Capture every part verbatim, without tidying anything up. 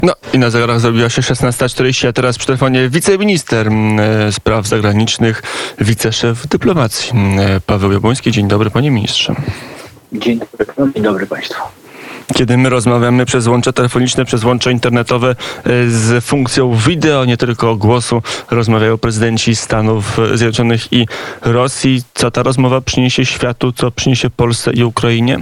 No i na zegarach zrobiła się szesnasta czterdzieści, a teraz przy telefonie wiceminister e, spraw zagranicznych, wiceszef dyplomacji e, Paweł Jabłoński. Dzień dobry, panie ministrze. Dzień dobry, dzień dobry państwu. Kiedy my rozmawiamy przez łącza telefoniczne, przez łącza internetowe e, z funkcją wideo, nie tylko głosu, rozmawiają prezydenci Stanów Zjednoczonych i Rosji. Co ta rozmowa przyniesie światu, co przyniesie Polsce i Ukrainie?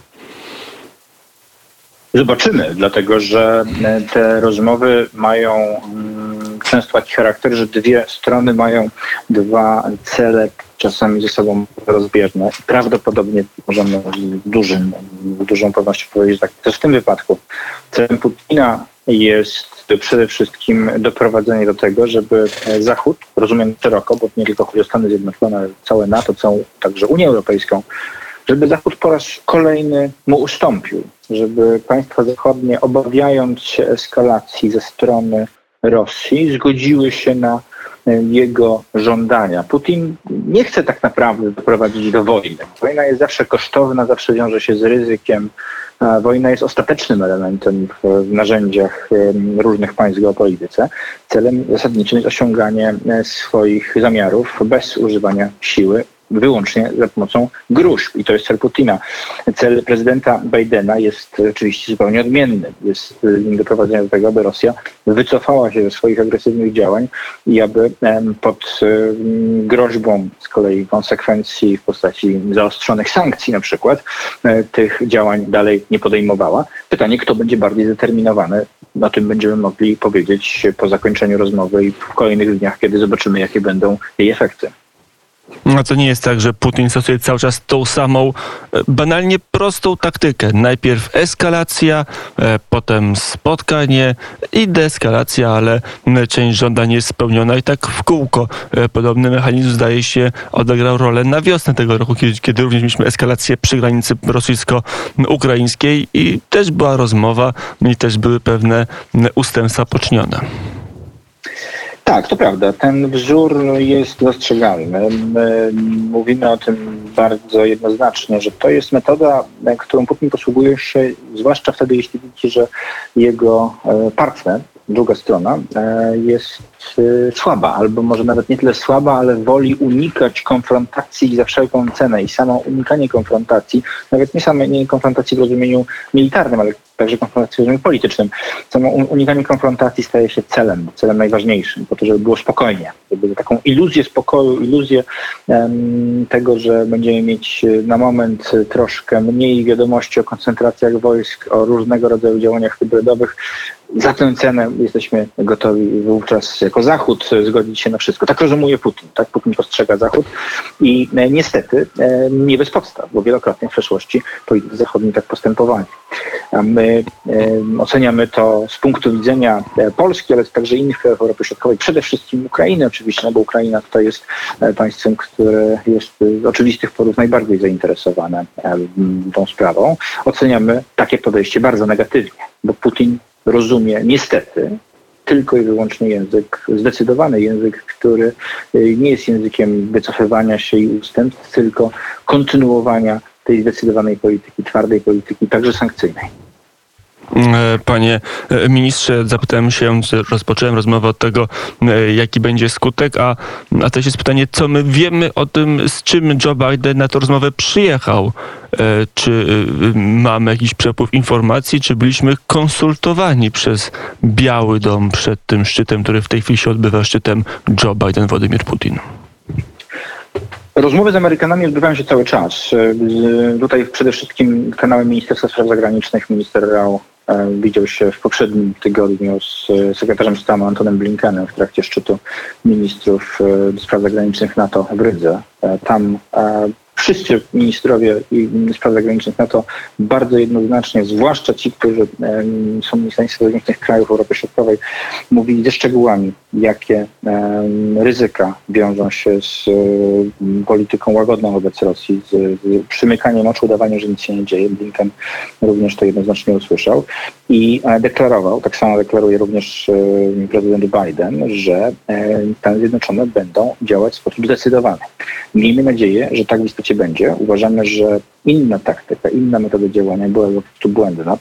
Zobaczymy, dlatego że te rozmowy mają często taki charakter, że dwie strony mają dwa cele, czasami ze sobą rozbieżne. Prawdopodobnie możemy z dużym, dużą pewnością powiedzieć, że tak też w tym wypadku celem Putina jest przede wszystkim doprowadzenie do tego, żeby Zachód, rozumiem szeroko, bo nie tylko chodzi o Stany Zjednoczone, ale całe NATO, całą także Unię Europejską, żeby Zachód po raz kolejny mu ustąpił, żeby państwa zachodnie, obawiając się eskalacji ze strony Rosji, zgodziły się na jego żądania. Putin nie chce tak naprawdę doprowadzić do wojny. Wojna jest zawsze kosztowna, zawsze wiąże się z ryzykiem. Wojna jest ostatecznym elementem w narzędziach różnych państw w geopolityce. Celem zasadniczym jest osiąganie swoich zamiarów bez używania siły, wyłącznie za pomocą gruźb. I to jest cel Putina. Cel prezydenta Bidena jest oczywiście zupełnie odmienny. Jest doprowadzenie do tego, aby Rosja wycofała się ze swoich agresywnych działań i aby pod groźbą z kolei konsekwencji w postaci zaostrzonych sankcji na przykład tych działań dalej nie podejmowała. Pytanie, kto będzie bardziej zdeterminowany. O tym będziemy mogli powiedzieć po zakończeniu rozmowy i w kolejnych dniach, kiedy zobaczymy, jakie będą jej efekty. No to nie jest tak, że Putin stosuje cały czas tą samą, banalnie prostą taktykę. Najpierw eskalacja, e, potem spotkanie i deeskalacja, ale część żądań jest spełniona i tak w kółko. E, podobny mechanizm, zdaje się, odegrał rolę na wiosnę tego roku, kiedy, kiedy również mieliśmy eskalację przy granicy rosyjsko-ukraińskiej i też była rozmowa i też były pewne ustępstwa poczynione. Tak, to prawda. Ten wzór jest dostrzegalny. My mówimy o tym bardzo jednoznacznie, że to jest metoda, którą Putin posługuje się, zwłaszcza wtedy, jeśli widzi, że jego partner, druga strona, jest słaba, albo może nawet nie tyle słaba, ale woli unikać konfrontacji za wszelką cenę. I samo unikanie konfrontacji, nawet nie same nie konfrontacji w rozumieniu militarnym, ale także konfrontacji w rozumieniu politycznym. Samo unikanie konfrontacji staje się celem, celem najważniejszym, po to, żeby było spokojnie. Żeby taką iluzję spokoju, iluzję um, tego, że będziemy mieć na moment troszkę mniej wiadomości o koncentracjach wojsk, o różnego rodzaju działaniach hybrydowych. Za tę cenę jesteśmy gotowi wówczas jako Zachód zgodzić się na wszystko. Tak rozumuje Putin. Tak Putin postrzega Zachód i e, niestety e, nie bez podstaw, bo wielokrotnie w przeszłości politycy zachodni tak postępowali. A my e, oceniamy to z punktu widzenia e, Polski, ale także innych krajów Europy Środkowej, przede wszystkim Ukrainy oczywiście, no bo Ukraina tutaj jest e, państwem, które jest z oczywistych powodów najbardziej zainteresowane e, tą sprawą. Oceniamy takie podejście bardzo negatywnie, bo Putin rozumie niestety tylko i wyłącznie język, zdecydowany język, który nie jest językiem wycofywania się i ustępstw, tylko kontynuowania tej zdecydowanej polityki, twardej polityki, także sankcyjnej. Panie ministrze, zapytałem się, rozpocząłem rozmowę od tego, jaki będzie skutek, a, a też jest pytanie, co my wiemy o tym, z czym Joe Biden na tę rozmowę przyjechał. Czy mamy jakiś przepływ informacji, czy byliśmy konsultowani przez Biały Dom przed tym szczytem, który w tej chwili się odbywa, szczytem Joe Biden, Władimir Putin? Rozmowy z Amerykanami odbywają się cały czas. Tutaj przede wszystkim kanałem Ministerstwa Spraw Zagranicznych, minister Rao widział się w poprzednim tygodniu z sekretarzem stanu Antonem Blinkenem w trakcie szczytu ministrów spraw zagranicznych NATO w Rydze. Tam wszyscy ministrowie i spraw zagranicznych NATO bardzo jednoznacznie, zwłaszcza ci, którzy um, są ministrami spraw zagranicznych krajów Europy Środkowej, mówili ze szczegółami, jakie um, ryzyka wiążą się z um, polityką łagodną wobec Rosji, z, z przymykaniem oczu, udawaniem, że nic się nie dzieje. Blinken również to jednoznacznie usłyszał i e, deklarował, tak samo deklaruje również e, prezydent Biden, że e, Stany Zjednoczone będą działać w sposób zdecydowany. Miejmy nadzieję, że tak w istocie będzie. Uważamy, że inna taktyka, inna metoda działania była po prostu błędna, tak jak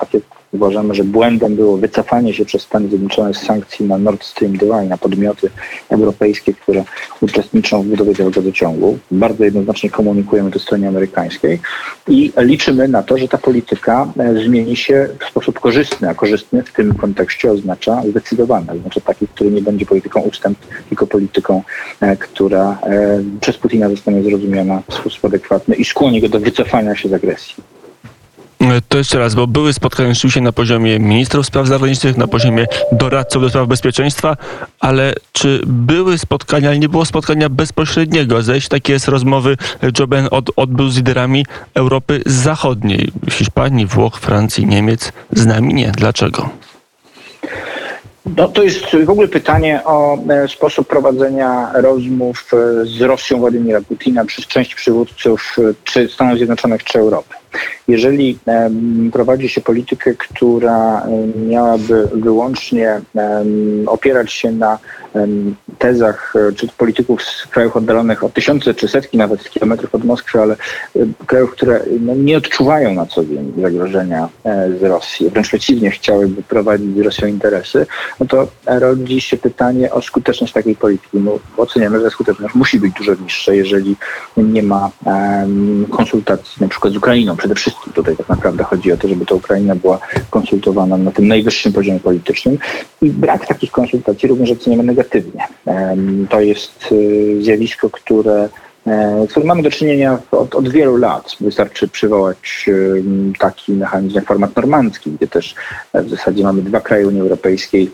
Uważamy, że błędem było wycofanie się przez Stany Zjednoczone z sankcji na Nord Stream dwa i na podmioty europejskie, które uczestniczą w budowie tego gazociągu. Bardzo jednoznacznie komunikujemy to stronie amerykańskiej i liczymy na to, że ta polityka zmieni się w sposób korzystny, a korzystny w tym kontekście oznacza zdecydowany, oznacza taki, który nie będzie polityką ustęp, tylko polityką, która przez Putina zostanie zrozumiana w sposób adekwatny i skłoni go do wycofania się z agresji. To jeszcze raz, bo były spotkania rzeczywiście na poziomie ministrów spraw zagranicznych, na poziomie doradców do spraw bezpieczeństwa, ale czy były spotkania, ale nie było spotkania bezpośredniego? Zejść takie jest rozmowy Joe Biden od, odbył z liderami Europy Zachodniej, Hiszpanii, Włoch, Francji, Niemiec. Z nami nie. Dlaczego? No, to jest w ogóle pytanie o e, sposób prowadzenia rozmów e, z Rosją Władimira Putina przez część przywódców e, czy Stanów Zjednoczonych, czy Europy. Jeżeli e, prowadzi się politykę, która e, miałaby wyłącznie e, opierać się na e, tezach e, czy polityków z krajów oddalonych o tysiące czy setki nawet kilometrów od Moskwy, ale e, krajów, które no, nie odczuwają na co dzień zagrożenia e, z Rosji, wręcz przeciwnie, chciałyby prowadzić z Rosją interesy, no to rodzi się pytanie o skuteczność takiej polityki. No, oceniamy, że skuteczność musi być dużo niższa, jeżeli nie ma e, konsultacji na przykład z Ukrainą. Przede wszystkim tutaj tak naprawdę chodzi o to, żeby ta Ukraina była konsultowana na tym najwyższym poziomie politycznym i brak takich konsultacji również oceniamy negatywnie. To jest zjawisko, które z którym mamy do czynienia od, od wielu lat. Wystarczy przywołać taki mechanizm jak format normandzki, gdzie też w zasadzie mamy dwa kraje Unii Europejskiej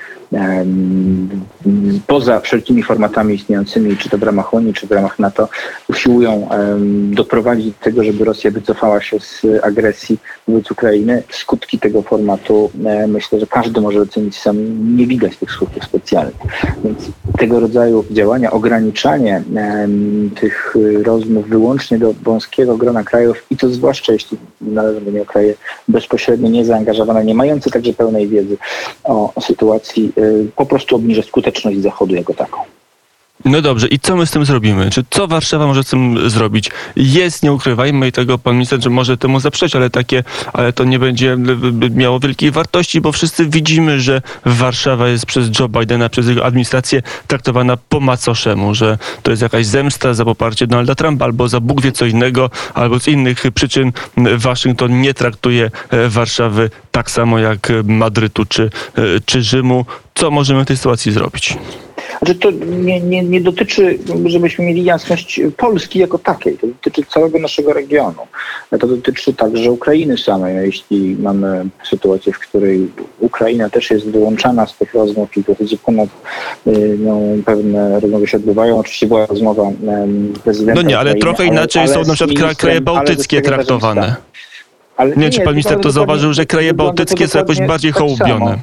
poza wszelkimi formatami istniejącymi, czy to w ramach Unii, czy w ramach NATO, usiłują doprowadzić do tego, żeby Rosja wycofała się z agresji wobec Ukrainy. Skutki tego formatu myślę, że każdy może ocenić sam. Nie widać tych skutków specjalnych. Więc tego rodzaju działania, ograniczanie tych rozmów wyłącznie do wąskiego grona krajów i to zwłaszcza jeśli należą do niego kraje bezpośrednio niezaangażowane, nie mające także pełnej wiedzy o, o sytuacji, y, po prostu obniża skuteczność Zachodu jako taką. No dobrze, i co my z tym zrobimy? Czy co Warszawa może z tym zrobić? Jest, nie ukrywajmy, i tego pan minister, że może temu zaprzeć, ale takie, ale to nie będzie miało wielkiej wartości, bo wszyscy widzimy, że Warszawa jest przez Joe Bidena, przez jego administrację traktowana po macoszemu, że to jest jakaś zemsta za poparcie Donalda Trumpa, albo za Bóg wie co innego, albo z innych przyczyn Waszyngton nie traktuje Warszawy tak samo jak Madrytu czy, czy Rzymu. Co możemy w tej sytuacji zrobić? Znaczy to nie, nie, nie dotyczy, żebyśmy mieli jasność, Polski jako takiej. To dotyczy całego naszego regionu. To dotyczy także Ukrainy samej. Jeśli mamy sytuację, w której Ukraina też jest wyłączana z tych rozmów i w zasadzie ponad no, pewne rozmowy się odbywają. Oczywiście była rozmowa prezydenta No nie, ale Ukrainy, trochę inaczej ale, ale są na przykład kraje bałtyckie traktowane. Ale nie wiem, czy pan minister to zauważył, że kraje bałtyckie są jakoś bardziej tak hołubione. Samo.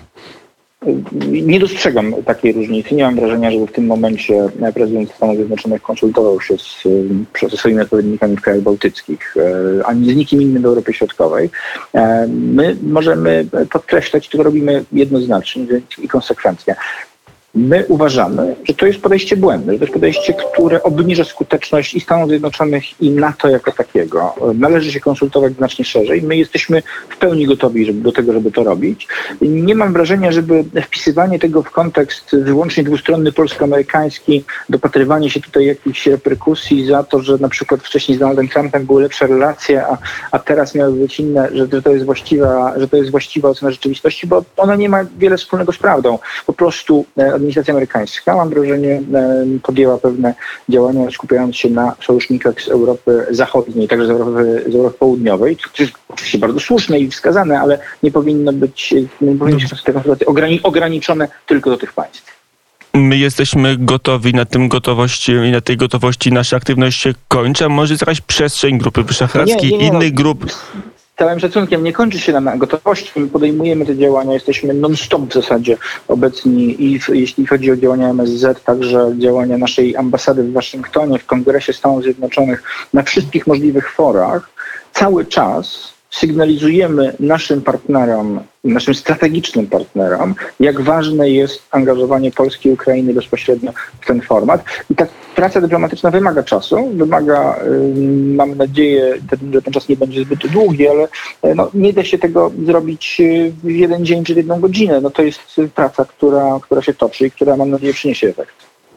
Nie dostrzegam takiej różnicy. Nie mam wrażenia, żeby w tym momencie prezydent Stanów Zjednoczonych konsultował się z, ze swoimi odpowiednikami w krajach bałtyckich, ani z nikim innym w Europie Środkowej. My możemy podkreślać, to robimy jednoznacznie i konsekwentnie. My uważamy, że to jest podejście błędne, że to jest podejście, które obniża skuteczność i Stanów Zjednoczonych, i NATO jako takiego. Należy się konsultować znacznie szerzej. My jesteśmy w pełni gotowi żeby, do tego, żeby to robić. Nie mam wrażenia, żeby wpisywanie tego w kontekst wyłącznie dwustronny polsko-amerykański, dopatrywanie się tutaj jakichś reperkusji za to, że na przykład wcześniej z Donaldem Trumpem były lepsze relacje, a, a teraz miały być inne, że to jest właściwa, że to jest właściwa ocena rzeczywistości, bo ona nie ma wiele wspólnego z prawdą. Po prostu administracja amerykańska, mam wrażenie, podjęła pewne działania skupiając się na sojusznikach z Europy Zachodniej, także z Europy, z Europy Południowej, co jest oczywiście bardzo słuszne i wskazane, ale nie powinno być, nie powinny być te konsultacje ograni- ograniczone tylko do tych państw. My jesteśmy gotowi, na tym gotowości i na tej gotowości nasza aktywność się kończy, a może jest jakaś przestrzeń Grupy Wyszehradzkiej, no innych no. grup? Z całym szacunkiem nie kończy się na gotowości. My podejmujemy te działania, jesteśmy non-stop w zasadzie obecni i w, jeśli chodzi o działania M S Z, także działania naszej ambasady w Waszyngtonie, w Kongresie Stanów Zjednoczonych, na wszystkich możliwych forach, cały czas sygnalizujemy naszym partnerom, naszym strategicznym partnerom, jak ważne jest angażowanie Polski i Ukrainy bezpośrednio w ten format. I ta praca dyplomatyczna wymaga czasu, wymaga, mam nadzieję, że ten czas nie będzie zbyt długi, ale no, nie da się tego zrobić w jeden dzień czy w jedną godzinę. No, to jest praca, która, która się toczy i która, mam nadzieję, przyniesie efekt.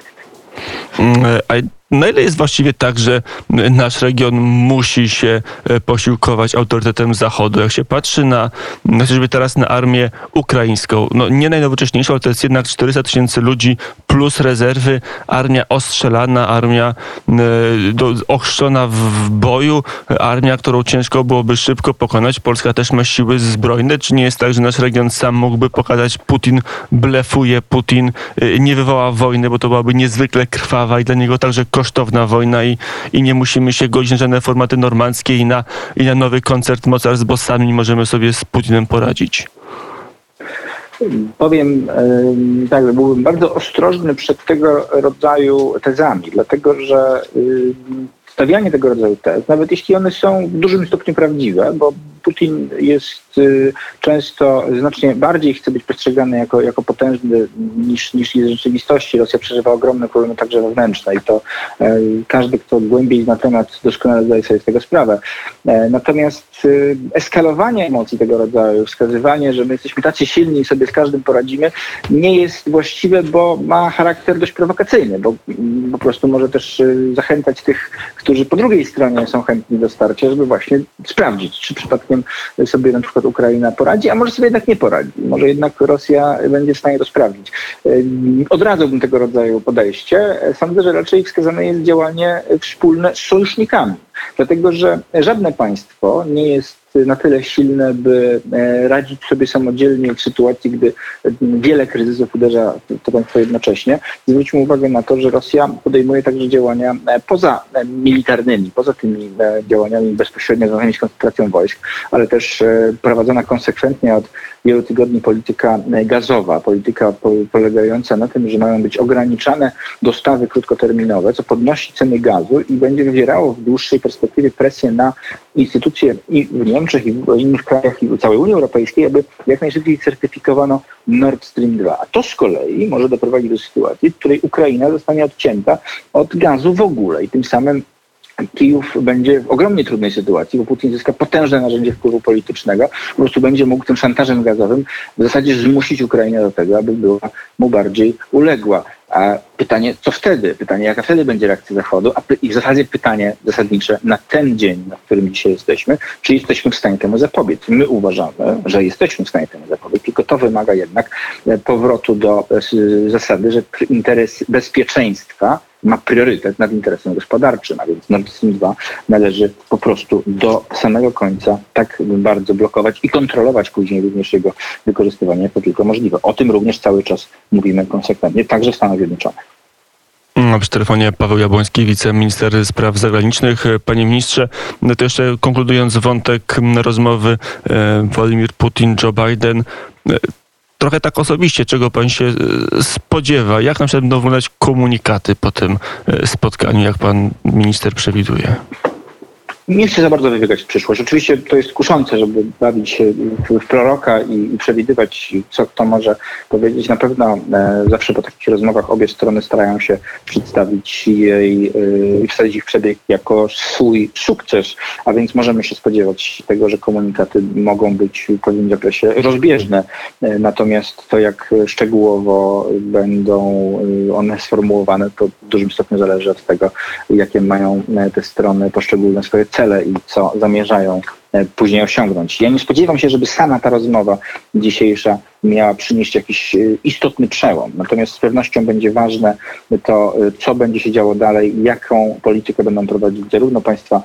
A na ile jest właściwie tak, że nasz region musi się posiłkować autorytetem Zachodu? Jak się patrzy na, chociażby teraz na armię ukraińską, no nie najnowocześniejszą, ale to jest jednak czterysta tysięcy ludzi plus rezerwy, armia ostrzelana, armia do, ochrzczona w boju, armia, którą ciężko byłoby szybko pokonać. Polska też ma siły zbrojne. Czy nie jest tak, że nasz region sam mógłby pokazać, Putin blefuje, Putin nie wywoła wojny, bo to byłaby niezwykle krwawa i dla niego także kosztowna wojna i, i nie musimy się godzić na żadne formaty normandzkie i na, i na nowy koncert mocarstw, bo sami możemy sobie z Putinem poradzić? Powiem tak, byłbym bardzo ostrożny przed tego rodzaju tezami, dlatego że stawianie tego rodzaju tez, nawet jeśli one są w dużym stopniu prawdziwe, bo Putin jest często znacznie bardziej chce być postrzegany jako, jako potężny niż, niż jest w rzeczywistości. Rosja przeżywa ogromne problemy także wewnętrzne i to e, każdy, kto głębiej zna temat, doskonale zdaje sobie z tego sprawę. E, natomiast e, eskalowanie emocji tego rodzaju, wskazywanie, że my jesteśmy tacy silni i sobie z każdym poradzimy, nie jest właściwe, bo ma charakter dość prowokacyjny, bo m, po prostu może też e, zachęcać tych, którzy po drugiej stronie są chętni do starcia, żeby właśnie sprawdzić, czy przypadkiem sobie na przykład Ukraina poradzi, a może sobie jednak nie poradzi. Może jednak Rosja będzie w stanie to sprawdzić. Odradzałbym tego rodzaju podejście. Sądzę, że raczej wskazane jest działanie wspólne z sojusznikami. Dlatego, że żadne państwo nie jest na tyle silne, by radzić sobie samodzielnie w sytuacji, gdy wiele kryzysów uderza to państwo jednocześnie. Zwróćmy uwagę na to, że Rosja podejmuje także działania poza militarnymi, poza tymi działaniami bezpośrednio związanymi z koncentracją wojsk, ale też prowadzona konsekwentnie od wielu tygodni polityka gazowa, polityka polegająca na tym, że mają być ograniczane dostawy krótkoterminowe, co podnosi ceny gazu i będzie wywierało w dłuższej perspektywie presję na instytucje i w Niemczech, i w innych krajach, i w całej Unii Europejskiej, aby jak najszybciej certyfikowano Nord Stream dwa. A to z kolei może doprowadzić do sytuacji, w której Ukraina zostanie odcięta od gazu w ogóle i tym samym Kijów będzie w ogromnie trudnej sytuacji, bo Putin zyska potężne narzędzie wpływu politycznego. Po prostu będzie mógł tym szantażem gazowym w zasadzie zmusić Ukrainę do tego, aby była mu bardziej uległa. A pytanie, co wtedy? Pytanie, jaka wtedy będzie reakcja Zachodu? A i w zasadzie pytanie zasadnicze na ten dzień, na którym dzisiaj jesteśmy, czy jesteśmy w stanie temu zapobiec? My uważamy, że jesteśmy w stanie temu zapobiec, tylko to wymaga jednak powrotu do zasady, że interes bezpieczeństwa ma priorytet nad interesem gospodarczym, a więc Nord Stream dwa należy po prostu do samego końca tak bardzo blokować i kontrolować później również jego wykorzystywanie, jak to tylko możliwe. O tym również cały czas mówimy konsekwentnie, także w Stanach Zjednoczonych. Przy telefonie Paweł Jabłoński, wiceminister spraw zagranicznych. Panie ministrze, to jeszcze konkludując wątek rozmowy Władimir Putin, Joe Biden, trochę tak osobiście, czego pan się spodziewa? Jak na przykład będą wyglądać komunikaty po tym spotkaniu, jak pan minister przewiduje? Nie chcę za bardzo wybiegać w przyszłość. Oczywiście to jest kuszące, żeby bawić się w proroka i, i przewidywać, co kto może powiedzieć. Na pewno e, zawsze po takich rozmowach obie strony starają się przedstawić jej i e, wsadzić ich w przebieg jako swój sukces, a więc możemy się spodziewać tego, że komunikaty mogą być w pewnym zakresie rozbieżne. E, natomiast to, jak szczegółowo będą one sformułowane, to w dużym stopniu zależy od tego, jakie mają te strony poszczególne swoje cele i co zamierzają później osiągnąć. Ja nie spodziewam się, żeby sama ta rozmowa dzisiejsza miała przynieść jakiś istotny przełom. Natomiast z pewnością będzie ważne to, co będzie się działo dalej, jaką politykę będą prowadzić zarówno państwa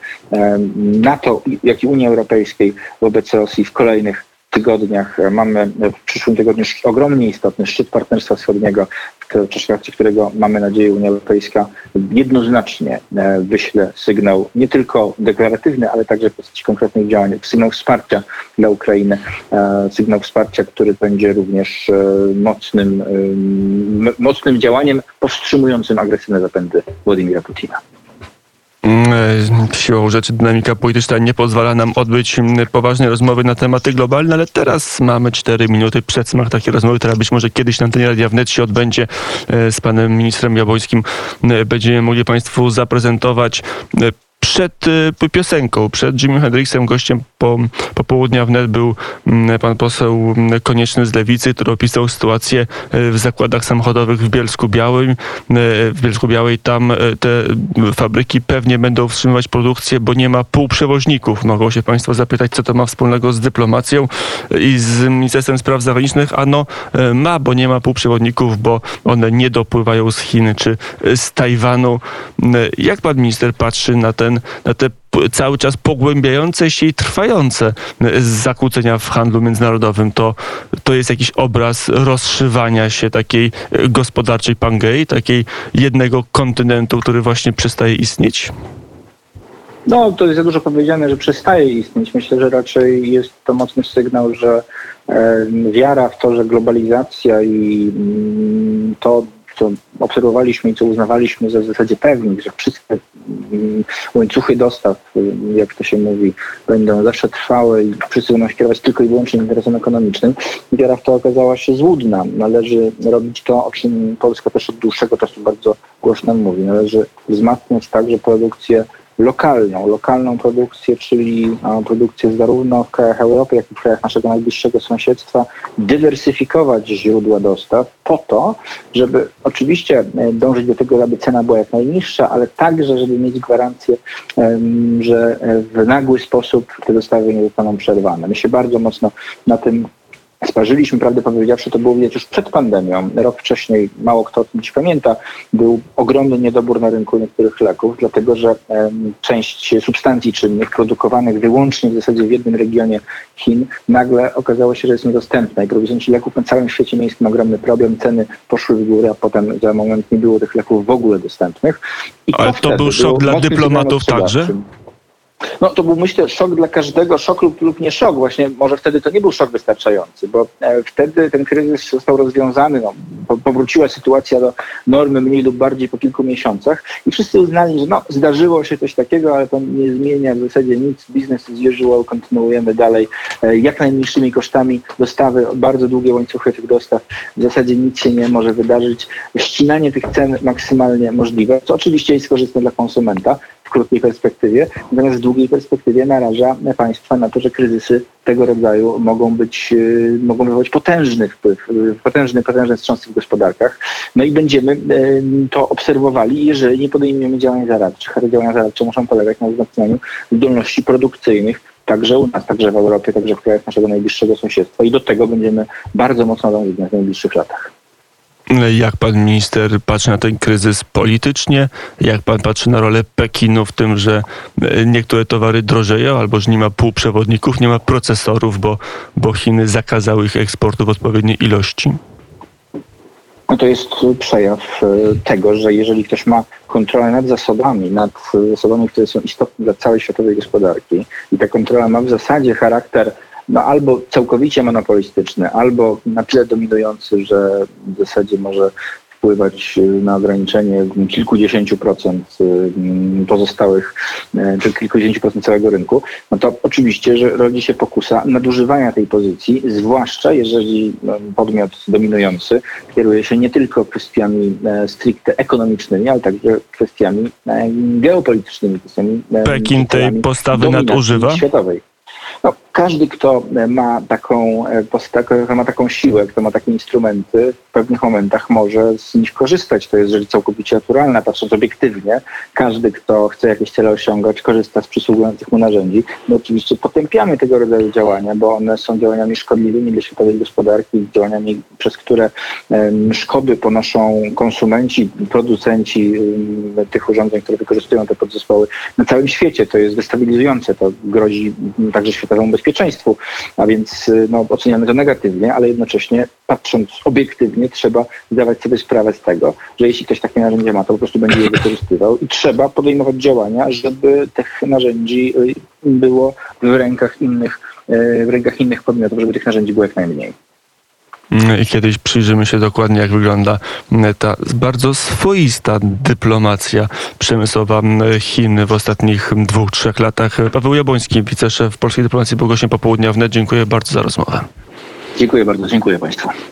NATO, jak i Unii Europejskiej wobec Rosji w kolejnych tygodniach. Mamy w przyszłym tygodniu ogromnie istotny szczyt Partnerstwa Wschodniego, w trakcie którego mamy nadzieję Unia Europejska jednoznacznie wyśle sygnał nie tylko deklaratywny, ale także w postaci konkretnych działań, sygnał wsparcia dla Ukrainy, sygnał wsparcia, który będzie również mocnym, mocnym działaniem powstrzymującym agresywne zapędy Władimira Putina. Siłą rzeczy dynamika polityczna nie pozwala nam odbyć poważnej rozmowy na tematy globalne, ale teraz mamy cztery minuty przed smak takiej rozmowy, która być może kiedyś na antenie Radia Wnet się odbędzie z panem ministrem Jabłońskim. Będziemy mogli państwu zaprezentować przed y, piosenką, przed Jimmy Hendrixem, gościem po, popołudnia wnet był y, pan poseł y, Konieczny z Lewicy, który opisał sytuację y, w zakładach samochodowych w Bielsku Białym. Y, w Bielsku Białej tam y, te fabryki pewnie będą wstrzymywać produkcję, bo nie ma półprzewoźników. Mogą się państwo zapytać, co to ma wspólnego z dyplomacją i z Ministerstwem Spraw Zagranicznych. Ano y, ma, bo nie ma półprzewodników, bo one nie dopływają z Chin czy z Tajwanu. Y, jak pan minister patrzy na ten na te cały czas pogłębiające się i trwające zakłócenia w handlu międzynarodowym? To, to jest jakiś obraz rozszywania się takiej gospodarczej Pangei, takiej jednego kontynentu, który właśnie przestaje istnieć? No, to jest za dużo powiedziane, że przestaje istnieć. Myślę, że raczej jest to mocny sygnał, że e, wiara w to, że globalizacja i mm, to, co obserwowaliśmy i co uznawaliśmy za w zasadzie pewnik, że wszystkie łańcuchy dostaw, jak to się mówi, będą zawsze trwałe i wszyscy będą się kierować tylko i wyłącznie interesem ekonomicznym. Wiara w to okazała się złudna. Należy robić to, o czym Polska też od dłuższego czasu bardzo głośno mówi. Należy wzmacniać także produkcję lokalną, lokalną produkcję, czyli produkcję zarówno w krajach Europy, jak i w krajach naszego najbliższego sąsiedztwa, dywersyfikować źródła dostaw po to, żeby oczywiście dążyć do tego, aby cena była jak najniższa, ale także, żeby mieć gwarancję, że w nagły sposób te dostawy nie zostaną przerwane. My się bardzo mocno na tym sparzyliśmy, prawdę powiedziawszy, to było widać już przed pandemią. Rok wcześniej, mało kto o tym dziś pamięta, był ogromny niedobór na rynku niektórych leków, dlatego że um, część substancji czynnych produkowanych wyłącznie w zasadzie w jednym regionie Chin nagle okazało się, że jest niedostępna i producenci leków na całym świecie mieli z tym ogromny problem. Ceny poszły w górę, a potem za moment nie było tych leków w ogóle dostępnych. I Ale to, to był szok dla dyplomatów także? No to był, myślę, szok dla każdego, szok lub, lub nie szok. Właśnie może wtedy to nie był szok wystarczający, bo e, wtedy ten kryzys został rozwiązany, no, po, powróciła sytuacja do normy mniej lub bardziej po kilku miesiącach i wszyscy uznali, że no, zdarzyło się coś takiego, ale to nie zmienia w zasadzie nic, business as usual, kontynuujemy dalej e, jak najmniejszymi kosztami dostawy, bardzo długie łańcuchy tych dostaw, w zasadzie nic się nie może wydarzyć, ścinanie tych cen maksymalnie możliwe, co oczywiście jest korzystne dla konsumenta w krótkiej perspektywie, natomiast w długiej perspektywie naraża państwa na to, że kryzysy tego rodzaju mogą być, mogą wywołać potężny wpływ, potężny, potężne wstrząsy w gospodarkach. No i będziemy to obserwowali, jeżeli nie podejmiemy działań zaradczych. A te działania zaradcze muszą polegać na wzmacnianiu zdolności produkcyjnych także u nas, także w Europie, także w krajach naszego najbliższego sąsiedztwa. I do tego będziemy bardzo mocno dążyć w najbliższych latach. Jak pan minister patrzy na ten kryzys politycznie? Jak pan patrzy na rolę Pekinu w tym, że niektóre towary drożeją albo że nie ma półprzewodników, nie ma procesorów, bo, bo Chiny zakazały ich eksportu w odpowiedniej ilości? No to jest przejaw tego, że jeżeli ktoś ma kontrolę nad zasobami, nad zasobami, które są istotne dla całej światowej gospodarki i ta kontrola ma w zasadzie charakter no albo całkowicie monopolistyczny, albo na tyle dominujący, że w zasadzie może wpływać na ograniczenie kilkudziesięciu procent pozostałych, czy kilkudziesięciu procent całego rynku, no to oczywiście, że rodzi się pokusa nadużywania tej pozycji, zwłaszcza jeżeli podmiot dominujący kieruje się nie tylko kwestiami stricte ekonomicznymi, ale także kwestiami geopolitycznymi, kwestiami Pekin tej postawy nadużywa? Światowej. No, każdy, kto ma taką, kto ma taką siłę, kto ma takie instrumenty, w pewnych momentach może z nich korzystać. To jest rzecz całkowicie naturalna, patrząc obiektywnie. Każdy, kto chce jakieś cele osiągać, korzysta z przysługujących mu narzędzi. My oczywiście potępiamy tego rodzaju działania, bo one są działaniami szkodliwymi dla światowej gospodarki, działaniami, przez które um, szkody ponoszą konsumenci, producenci um, tych urządzeń, które wykorzystują te podzespoły na całym świecie. To jest destabilizujące, to grozi um, także światowemu bezpieczeństwu, a więc no, oceniamy to negatywnie, ale jednocześnie patrząc obiektywnie trzeba zdawać sobie sprawę z tego, że jeśli ktoś takie narzędzia ma, to po prostu będzie je wykorzystywał i trzeba podejmować działania, żeby tych narzędzi było w rękach innych, w rękach innych podmiotów, żeby tych narzędzi było jak najmniej. i kiedyś przyjrzymy się dokładnie, jak wygląda ta bardzo swoista dyplomacja przemysłowa Chin w ostatnich dwóch, trzech latach. Paweł Jabłoński, wiceszef polskiej dyplomacji, był gościem Popołudnia Wnet. Dziękuję bardzo za rozmowę. Dziękuję bardzo, dziękuję Państwu.